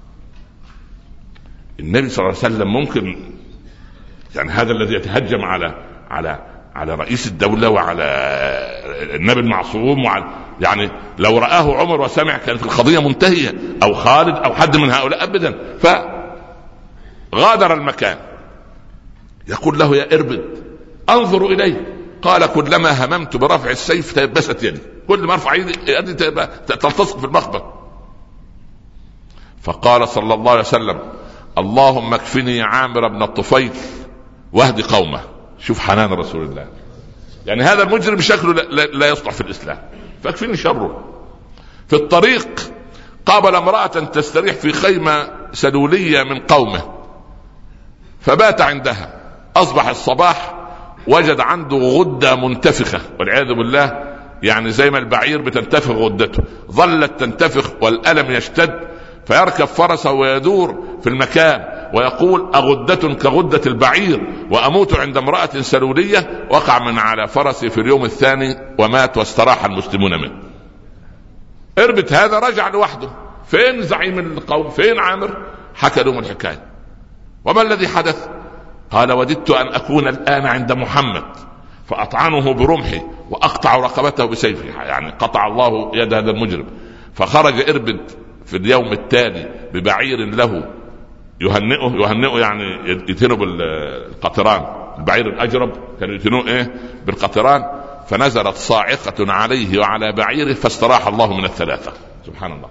النبي صلى الله عليه وسلم ممكن يعني هذا الذي يتهجم على رئيس الدولة وعلى النبي المعصوم يعني لو رآه عمر وسمع كانت القضية منتهية، أو خالد أو حد من هؤلاء أبدا. فغادر المكان. يقول له يا إربد انظر إليه. قال كلما هممت برفع السيف تيبست يدي، كل ما ارفع يدي تلتصق في المخبط. فقال صلى الله عليه وسلم: اللهم اكفني عامر بن الطفيل واهدي قومه. شوف حنان رسول الله، يعني هذا المجرم شكله لا يصلح في الإسلام، فاكفني شره. في الطريق قابل امرأة تستريح في خيمة سلولية من قومه، فبات عندها. أصبح الصباح وجد عنده غدة منتفخة والعياذ بالله، يعني زي ما البعير بتنتفخ غدته، ظلت تنتفخ والألم يشتد، فيركب فرسه ويدور في المكان ويقول: أغدة كغدة البعير وأموت عند امرأة سلولية. وقع من على فرسه في اليوم الثاني ومات واستراح المسلمون منه. اربط هذا رجع لوحده. فين زعيم القوم؟ فين عامر؟ حكى لهم الحكاية. وما الذي حدث؟ قال: وددت أن أكون الآن عند محمد فأطعنه برمحي وأقطع رقبته بسيفي، يعني قطع الله يد هذا المجرم. فخرج إربد في اليوم التالي ببعير له يهنئه يعني يتهنوا بالقطران، البعير الأجرب كانوا يتهنوه بالقطران. فنزلت صاعقة عليه وعلى بعيره فاستراح الله من الثلاثة. سبحان الله.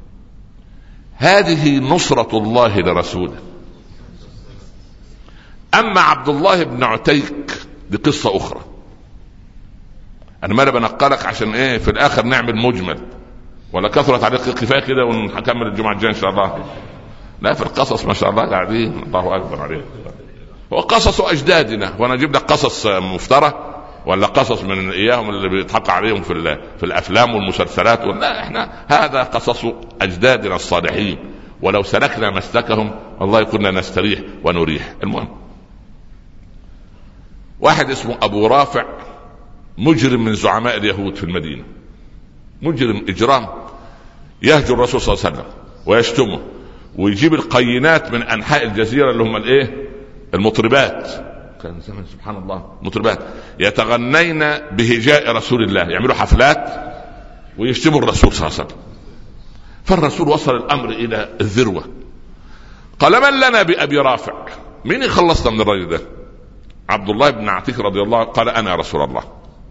هذه نصرة الله لرسوله. أما عبد الله بن عتيك دي قصة أخرى، أنا ما بنقلك عشان في الآخر نعمل مجمل، ولا كثرت عليك كفاية كده ونكمل الجمعة الجاية إن شاء الله. لا، في القصص ما شاء الله قاعدين، الله أكبر عليهم. وقصص أجدادنا، وأنا أجيب لك قصص مفترة ولا قصص من إياهم اللي بيضحك عليهم في الأفلام والمسلسلات. لا، إحنا هذا قصص أجدادنا الصالحين، ولو سلكنا مسلكهم والله كنا نستريح ونريح. المهم، واحد اسمه أبو رافع، مجرم من زعماء اليهود في المدينة، مجرم إجرام، يهجر الرسول صلى الله عليه وسلم ويشتمه ويجيب القينات من أنحاء الجزيرة اللي هم المطربات، كان زمن سبحان الله مطربات يتغنين بهجاء رسول الله، يعملوا حفلات ويشتموا الرسول صلى الله عليه وسلم. فالرسول وصل الأمر إلى الذروة. قال: من لنا بأبي رافع؟ مين يخلصنا من الرجل ده؟ عبد الله بن عتيك رضي الله عنه قال: أنا يا رسول الله.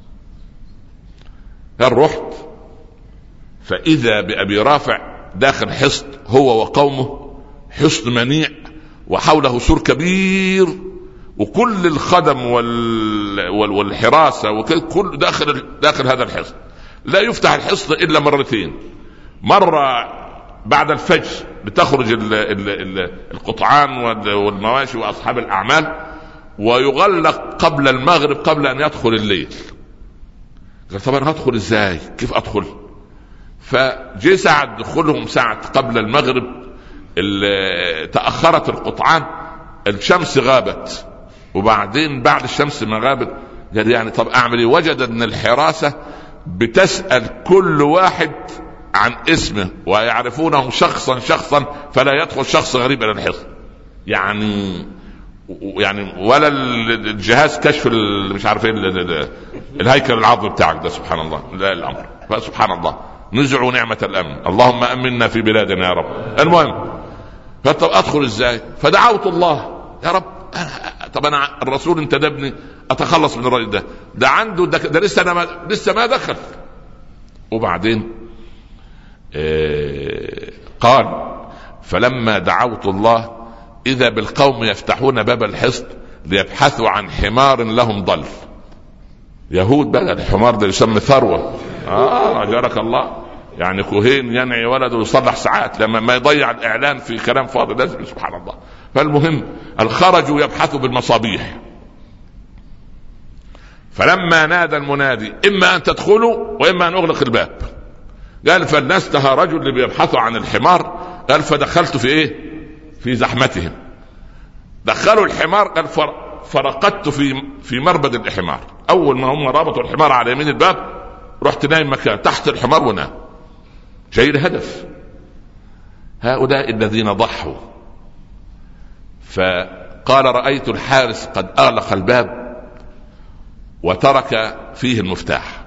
قال: رحت فإذا بأبي رافع داخل حصن هو وقومه، حصن منيع وحوله سور كبير، وكل الخدم والحراسة وكل داخل هذا الحصن. لا يفتح الحصن إلا مرتين، مرة بعد الفجر بتخرج القطعان والمواشي وأصحاب الأعمال، ويغلق قبل المغرب قبل أن يدخل الليل. قال: طبعا هدخل إزاي؟ كيف أدخل؟ فجي ساعة دخولهم ساعة قبل المغرب، تأخرت القطعان، الشمس غابت، وبعدين بعد الشمس ما غابت قال: يعني طب أعمل إيه؟ وجد أن الحراسة بتسأل كل واحد عن اسمه ويعرفونه شخصا شخصا، فلا يدخل شخص غريب إلى الحصن. يعني ولا الجهاز كشف مش عارف الهيكل العظمي بتاعك ده. سبحان الله. لا الأمر، فسبحان الله، نزعوا نعمة الأمن، اللهم أمننا في بلادنا يا رب. المهم، طب أدخل إزاي؟ فدعوت الله: يا رب، طب أنا الرسول انتدبني أتخلص من الرجل ده عنده ده لسه ما دخل. وبعدين قال: فلما دعوت الله إذا بالقوم يفتحون باب الحصن ليبحثوا عن حمار لهم ضل. يهود بقى، الحمار ده يسمى ثروة. أجرك الله، يعني كوهين ينعي ولده ويصلح ساعات لما ما يضيع الإعلان في كلام فاضي لازم. سبحان الله. فالمهم، الخرجوا يبحثوا بالمصابيح، فلما نادى المنادي: إما أن تدخلوا وإما أن أغلق الباب. قال: فالناس تهارجوا اللي بيبحثوا عن الحمار. قال: فدخلت في زحمتهم. دخلوا الحمار. قال: فرقدت في مربد الحمار. أول ما هم رابطوا الحمار على يمين الباب رحت نايم مكان تحت الحمار ونام. شيء الهدف. هؤلاء الذين ضحوا. فقال: رأيت الحارس قد أغلق الباب وترك فيه المفتاح.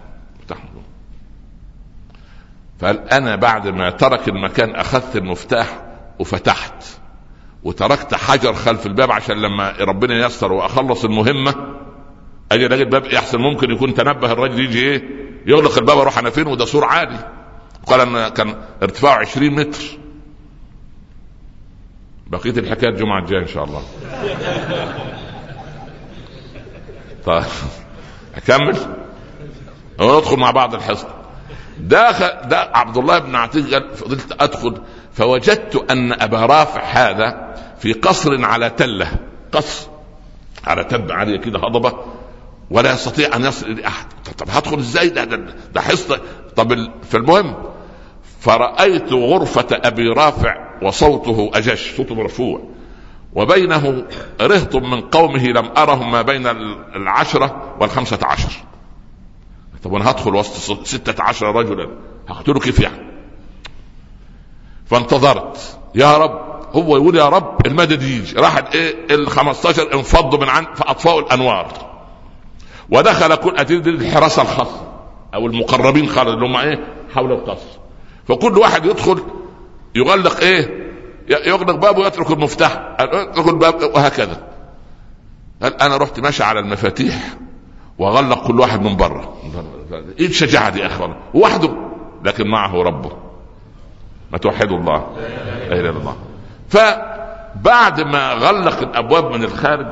فقال: أنا بعد ما ترك المكان أخذت المفتاح وفتحت وتركت حجر خلف الباب عشان لما ربنا ييسر وأخلص المهمة أجي ألاقي الباب يحصل ممكن يكون تنبه الرجل يجي يغلق الباب أروح أنا فين، وده سور عالي. قال: أن كان ارتفاعه 20 متر. بقية الحكاية الجمعة الجاية إن شاء الله. طيب أكمل وندخل مع بعض الحصن. ده عبد الله بن عتيق قال فضلت أدخل فوجدت أن أبا رافع هذا في قصر على تلة، قصر على تبة عالية كده هضبة، ولا يستطيع أن يصل إلى أحد. طب هدخل إزاي؟ ده حصن. طب فالمهم فرأيت غرفة أبي رافع وصوته أجش، صوته مرفوع، وبينه رهط من قومه لم أرهم ما بين 10 و15. طب وانا هدخل وسط 16 رجلا هقتله كيف يعني؟ فانتظرت يا رب، هو يقول يا رب المدد يجي. راحت ايه 15 انفضوا من عند فاطفاوا الانوار، ودخل كل اتيد الحراسه الخاصه او المقربين خالص اللي هم ايه حول القصر. فكل واحد يدخل يغلق يغلق بابه ويترك المفتاح، يترك الباب وهكذا. انا رحت ماشي على المفاتيح وغلق كل واحد من بره. ايه الشجاعه دي يا اخوان؟ وحده لكن معه ربه. ما توحدوا الله لا اله الا الله. فبعد ما غلق الابواب من الخارج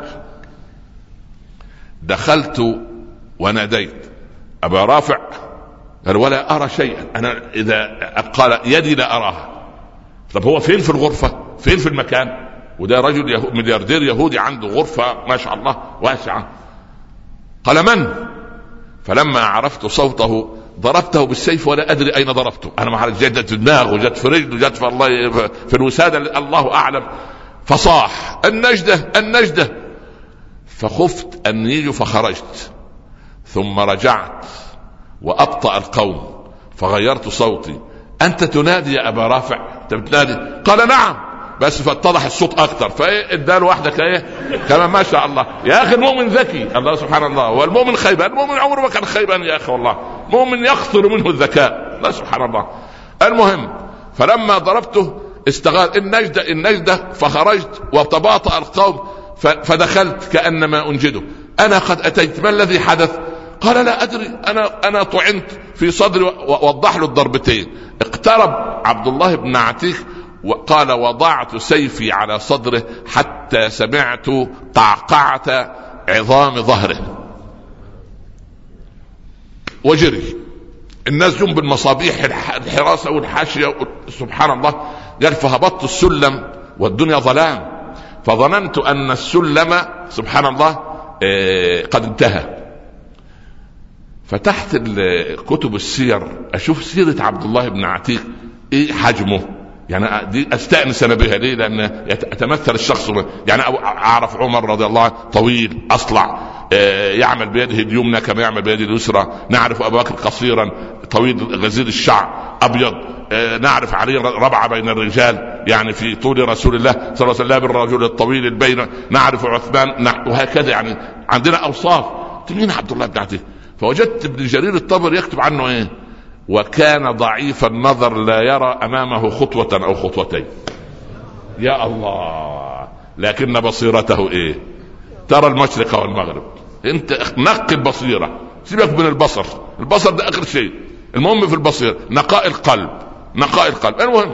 دخلت وناديت ابا رافع، قال ولا ارى شيئا. انا اذا قال يدي لا اراها. طب هو فين في الغرفه؟ فين في المكان؟ وده رجل ملياردير يهودي عنده غرفه ما شاء الله واسعه. قال من؟ فلما عرفت صوته ضربته بالسيف ولا ادري اين ضربته. انا ما عرفت، جت في دماغه وجت في رجله جت في الله في الوساده الله اعلم. فصاح النجده النجده، فخفت ان يجوا فخرجت، ثم رجعت وابطأ القوم فغيرت صوتي. انت تنادي يا ابا رافع؟ انت بتنادي؟ قال نعم، بس فاتضح الصوت اكتر فاداله واحده كمان ما شاء الله. يا اخي المؤمن ذكي، الله سبحان الله، والمؤمن خيبان. المؤمن عمره ما كان خيبان يا اخي والله، مؤمن يخطر منه الذكاء، الله سبحان الله. المهم فلما ضربته استغاث النجدة النجدة، فخرجت وتباطأ القوم فدخلت كأنما أنجده. أنا قد أتيت، ما الذي حدث؟ قال لا أدري، أنا طعنت في صدري. ووضح له الضربتين. اقترب عبد الله بن عتيق وقال وضعت سيفي على صدره حتى سمعت قعقعة عظام ظهره وجري. الناس جم بالمصابيح الحراسة والحاشية سبحان الله. قال فهبطت السلم والدنيا ظلام، فظننت أن السلم سبحان الله قد انتهى. فتحت كتب السير أشوف سيرة عبد الله بن عتيق إيه حجمه، يعني دي استأنس انا بها. ليه؟ لان يتمثل الشخص، يعني اعرف عمر رضي الله عنه طويل اصلع يعمل بيده اليمنى كما يعمل بيده اليسرى. نعرف ابو بكر قصيرا طويل غزير الشعر ابيض. نعرف علي ربعه بين الرجال، يعني في طول رسول الله صلى الله عليه وسلم بالرجل الطويل البين. نعرف عثمان وهكذا، يعني عندنا اوصاف. مين عبد الله بن عتيق؟ فوجدت ابن جرير الطبري يكتب عنه ايه؟ وكان ضعيف النظر لا يرى أمامه خطوة أو خطوتين. يا الله، لكن بصيرته إيه؟ ترى المشرق والمغرب. أنت نقي البصيرة، سيبك من البصر، البصر ده آخر شيء، المهم في البصير نقاء القلب، نقاء القلب. المهم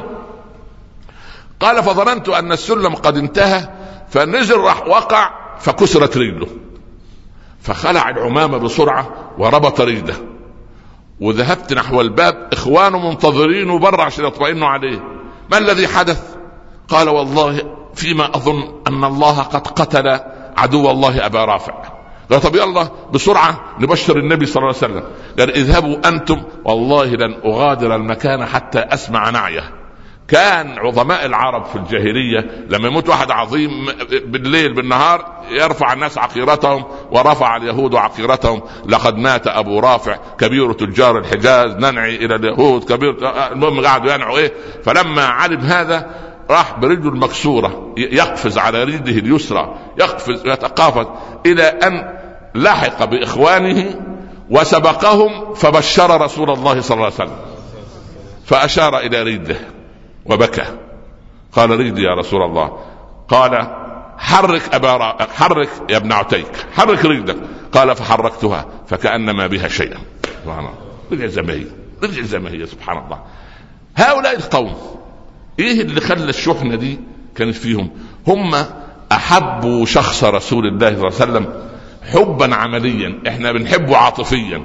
قال فظننت أن السلم قد انتهى، فنزل راح وقع فكسرت رجله، فخلع العمامة بسرعة وربط رجله، وذهبت نحو الباب. اخوانه منتظرين برا عشان يطمئنوا عليه. ما الذي حدث؟ قال والله فيما اظن ان الله قد قتل عدو الله ابا رافع. قال طب يلا بسرعه نبشر النبي صلى الله عليه وسلم. قال اذهبوا انتم والله لن اغادر المكان حتى اسمع نعيه. كان عظماء العرب في الجاهلية لما يموت واحد عظيم بالليل بالنهار يرفع الناس عقيرتهم، ورفع اليهود عقيرتهم. لقد مات أبو رافع كبير تجار الحجاز، ننعي إلى اليهود كبير. المهم قعدوا ينعوا فلما علم هذا راح برجله المكسورة يقفز على رجله اليسرى، يقفز ويتقافز إلى أن لحق بإخوانه وسبقهم فبشر رسول الله صلى الله عليه وسلم، فأشار إلى رجله وبكى. قال رجلي يا رسول الله. قال حرك حرك يا ابن عتيك، حرك رجلك. قال فحركتها فكأنما بها شيئا. رجع زي ما هي سبحان الله. هؤلاء القوم ايه اللي خلى الشحنة دي كانت فيهم. هم احبوا شخص رسول الله صلى الله عليه وسلم حبا عمليا، احنا بنحبه عاطفيا.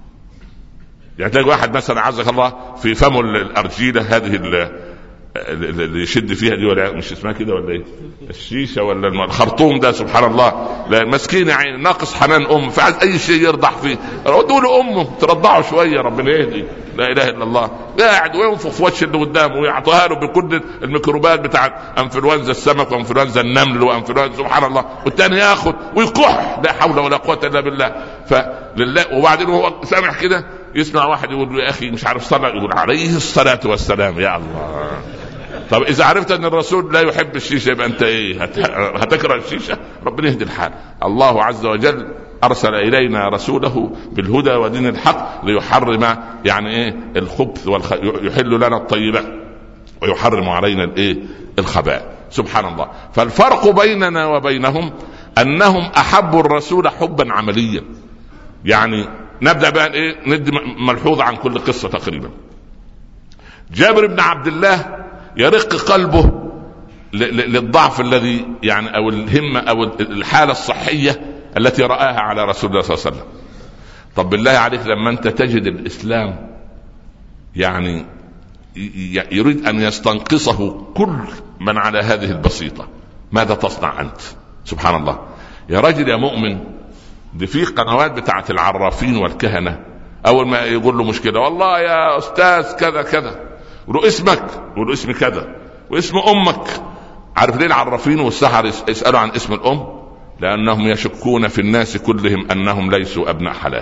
يعني تلاقي واحد مثلا عزك الله في فمه الارجيله هذه اللي يشد فيها دي، ولا مش اسمها كده ولا ايه، الشيشه ولا الخرطوم ده، سبحان الله، لا مسكين يعني ناقص حنان فعايز اي شيء يرضع فيه، ردوا له امه ترضعه شويه ربنا يهدي، لا اله الا الله. قاعد وينفخ في وجه اللي قدامه ويعطيها له بكل الميكروبات بتاعت انفلونزا السمك وانفلونزا النمل وانفلونزا، سبحان الله، والثاني ياخد ويكح، لا حول ولا قوه الا بالله. فلله. وبعدين هو سامع كده يسمع واحد يقول له يا اخي مش عارف صلى، يقول عليه الصلاه والسلام. يا الله. طب اذا عرفت ان الرسول لا يحب الشيشه يبقى انت ايه، هتكره الشيشه؟ ربنا يهدي الحال. الله عز وجل ارسل الينا رسوله بالهدى ودين الحق ليحرم يعني ايه الخبث يحل لنا الطيبات ويحرم علينا الايه الخبائث، سبحان الله. فالفرق بيننا وبينهم انهم احبوا الرسول حبا عمليا. يعني نبدا بقى ايه، ندي ملحوظه عن كل قصه تقريبا. جابر بن عبد الله يرق قلبه للضعف الذي يعني او الهمه او الحاله الصحيه التي رآها على رسول الله صلى الله عليه وسلم. طب بالله عليك لما انت تجد الاسلام يعني يريد ان يستنقصه كل من على هذه البسيطه، ماذا تصنع انت؟ سبحان الله. يا رجل يا مؤمن، دي في قنوات بتاعه العرافين والكهنه، اول ما يقول له مشكله والله يا استاذ كذا كذا، ولو اسمك ولو اسم كذا واسم امك. عارف ليه العرافين والسحر يسالوا عن اسم الام؟ لانهم يشكون في الناس كلهم انهم ليسوا ابناء حلال.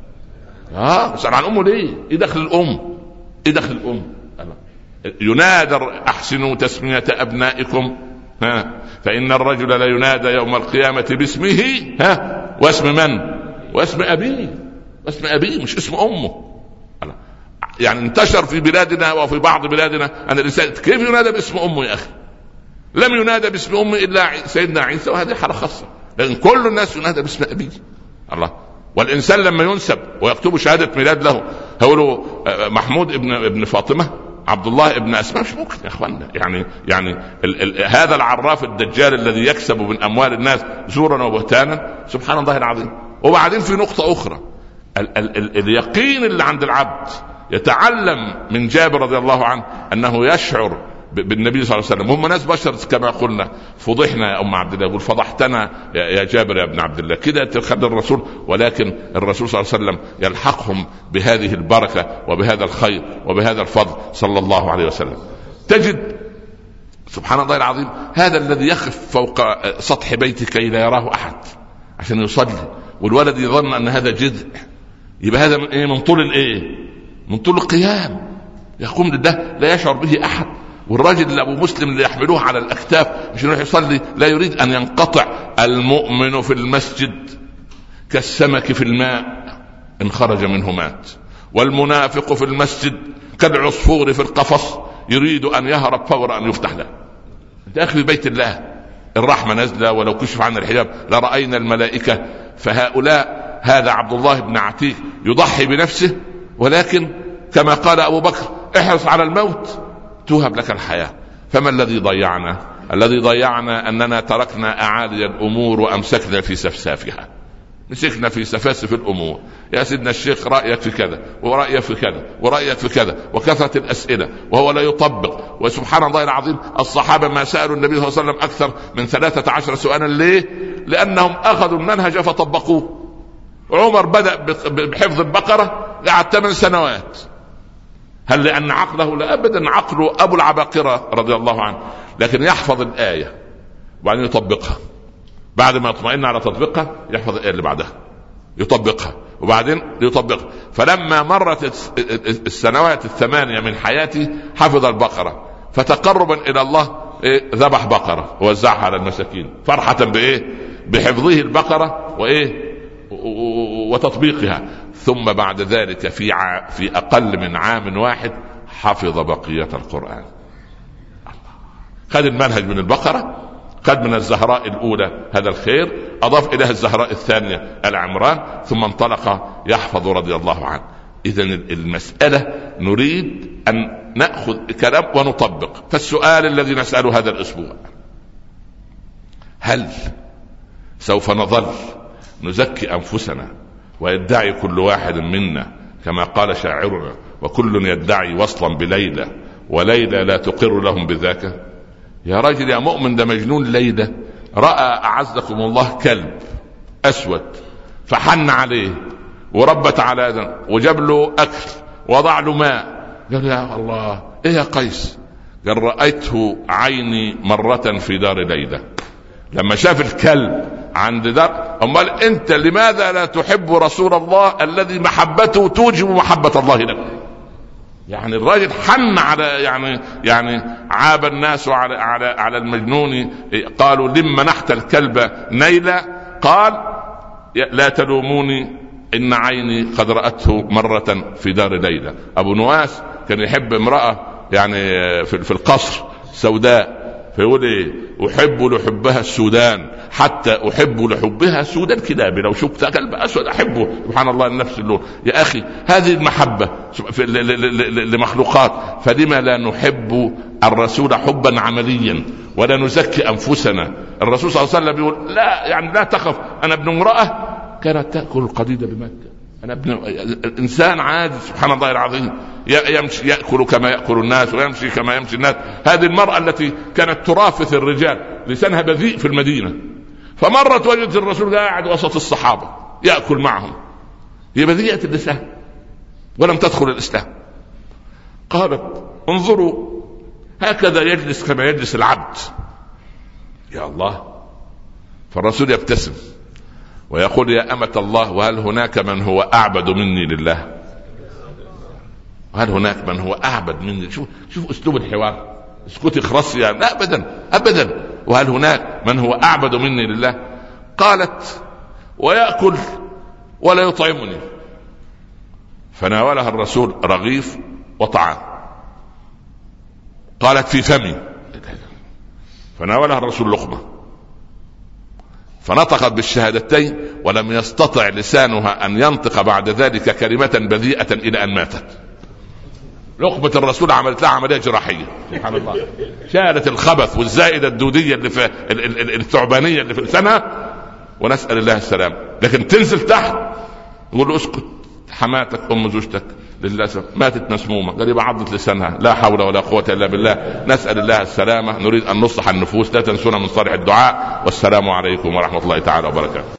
اسال عن امه ليه؟ ايه دخل الام؟ ايه دخل الام؟ ينادى احسنوا تسميه ابنائكم فان الرجل لا ينادى يوم القيامه باسمه واسم من؟ واسم ابيه. واسم ابيه مش اسم امه. يعني انتشر في بلادنا وفي بعض بلادنا ان الانسان كيف ينادى باسم امه؟ يا اخي لم ينادى باسم امه الا سيدنا عيسى، وهذه حاله خاصه، لكن كل الناس ينادى باسم ابيه. الله. والانسان لما ينسب ويكتب شهاده ميلاد له هو محمود ابن فاطمه، عبد الله ابن اسماء، مش ممكن يا اخوانا. يعني هذا العراف الدجال الذي يكسب من اموال الناس زورا وبهتانا، سبحان الله العظيم. وبعدين في نقطه اخرى، اليقين اللي عند العبد يتعلم من جابر رضي الله عنه انه يشعر بالنبي صلى الله عليه وسلم. هم ناس بشر كما قلنا. فضحنا يا ام عبد الله، يقول فضحتنا يا جابر يا ابن عبد الله، كده تخد الرسول. ولكن الرسول صلى الله عليه وسلم يلحقهم بهذه البركه وبهذا الخير وبهذا الفضل صلى الله عليه وسلم. تجد سبحان الله العظيم هذا الذي يخف فوق سطح بيتك كي لا يراه احد عشان يصلي، والولد يظن ان هذا جذع، يبقى هذا من ايه؟ من طول الايه؟ من طول القيام، يقوم لله لا يشعر به احد. والراجل اللي ابو مسلم اللي يحملوه على الاكتاف عشان يروح يصلي لا يريد ان ينقطع. المؤمن في المسجد كالسمك في الماء ان خرج منه مات، والمنافق في المسجد كالعصفور في القفص يريد ان يهرب فور ان يفتح له. داخل بيت الله الرحمه نازله، ولو كشف عن الحجاب لراينا الملائكه. فهؤلاء هذا عبد الله بن عتيق يضحي بنفسه، ولكن كما قال ابو بكر احرص على الموت توهب لك الحياه. فما الذي ضيعنا؟ الذي ضيعنا اننا تركنا اعالي الامور وامسكنا في سفسافها، مسكنا في سفاسف الامور. يا سيدنا الشيخ رايك في كذا ورايك في كذا ورايك في كذا، وكثره الاسئله وهو لا يطبق. وسبحان الله العظيم الصحابه ما سالوا النبي صلى الله عليه وسلم اكثر من 13 سؤالا. ليه؟ لانهم اخذوا المنهج فطبقوه. عمر بدأ بحفظ البقرة قعد 8 سنوات. هل لأن عقله؟ لا أبدا، عقله أبو العباقرة رضي الله عنه. لكن يحفظ الآية وبعدين يطبقها، بعد ما يطمئن على تطبيقها يحفظ الآية اللي بعدها يطبقها وبعدين يطبقها. فلما مرت السنوات 8 من حياتي حفظ البقرة، فتقربا إلى الله ذبح بقرة ووزعها على المساكين فرحة بحفظه البقرة وتطبيقها. ثم بعد ذلك في أقل من عام واحد حفظ بقية القرآن. خد المنهج من البقرة، خد من الزهراء الأولى هذا الخير، أضاف إليها الزهراء الثانية العمران، ثم انطلق يحفظ رضي الله عنه. إذن المسألة نريد أن نأخذ كلام ونطبق. فالسؤال الذي نسأله هذا الأسبوع: هل سوف نظل نزكي أنفسنا ويدعي كل واحد منا كما قال شاعرنا: وكل يدعي وصلا بليلى وليلى لا تقر لهم بذاك؟ يا راجل يا مؤمن، ده مجنون ليلى رأى أعزكم الله كلب أسود فحن عليه وربت على أذن وجاب له أكل وضع له ماء، قال: يا الله، إيه يا قيس؟ قال: رأيته عيني مرة في دار ليلى. لما شاف الكلب عند دار، أمال أنت لماذا لا تحب رسول الله الذي محبته توجب محبة الله لك؟ يعني الراجل حن على يعني عاب الناس على المجنون، قالوا: لما نحت الكلب نيلة؟ قال: لا تلوموني إن عيني قد رأته مرة في دار ليلى. أبو نواس كان يحب امرأة يعني في القصر سوداء، فيقول: إيه؟ أحب لحبها السودان حتى أحب لحبها سود الكلاب، لو شفت كلب أسود أحبه. سبحان الله، النفس اللون. يا أخي، هذه المحبة لمخلوقات، فلما لا نحب الرسول حبا عمليا ولا نزكي أنفسنا؟ الرسول صلى الله عليه وسلم يقول: لا تخف، أنا ابن امرأة كانت تأكل القديد بمكة، أنا ابن إنسان عادي. سبحان الله العظيم، يمشي يأكل كما يأكل الناس ويمشي كما يمشي الناس. هذه المرأة التي كانت ترافث الرجال، لسانها بذيء في المدينة، فمرت وجدت الرسول قاعد وسط الصحابة يأكل معهم، هي بذيئة اللسان ولم تدخل الإسلام. قالت: انظروا، هكذا يجلس كما يجلس العبد. يا الله! فالرسول يبتسم ويقول: يا أمة الله، وهل هناك من هو أعبد مني لله؟ هل هناك من هو أعبد مني؟ شوف أسلوب الحوار، اسكتي خرصي يعني. لا أبدا. وهل هناك من هو أعبد مني لله؟ قالت: ويأكل ولا يطعمني. فناولها الرسول رغيف وطعام، قالت: في فمي. فناولها الرسول لقمة، فنطقت بالشهادتين ولم يستطع لسانها أن ينطق بعد ذلك كلمة بذيئة إلى أن ماتت. لقمة الرسول عملت لها عملية جراحية. سبحان الله، شالت الخبث والزائدة الدودية اللي في الثعبانية اللي في لسانها، ونسأل الله السلام. لكن تنزل تحت يقول له: اسكت، حماتك أم زوجتك للأسف ماتت مسمومة. قال: يبقى عضت لسانها. لا حول ولا قوة إلا بالله. نسأل الله السلامة. نريد أن نصلح النفوس. لا تنسونا من صالح الدعاء. والسلام عليكم ورحمة الله تعالى وبركاته.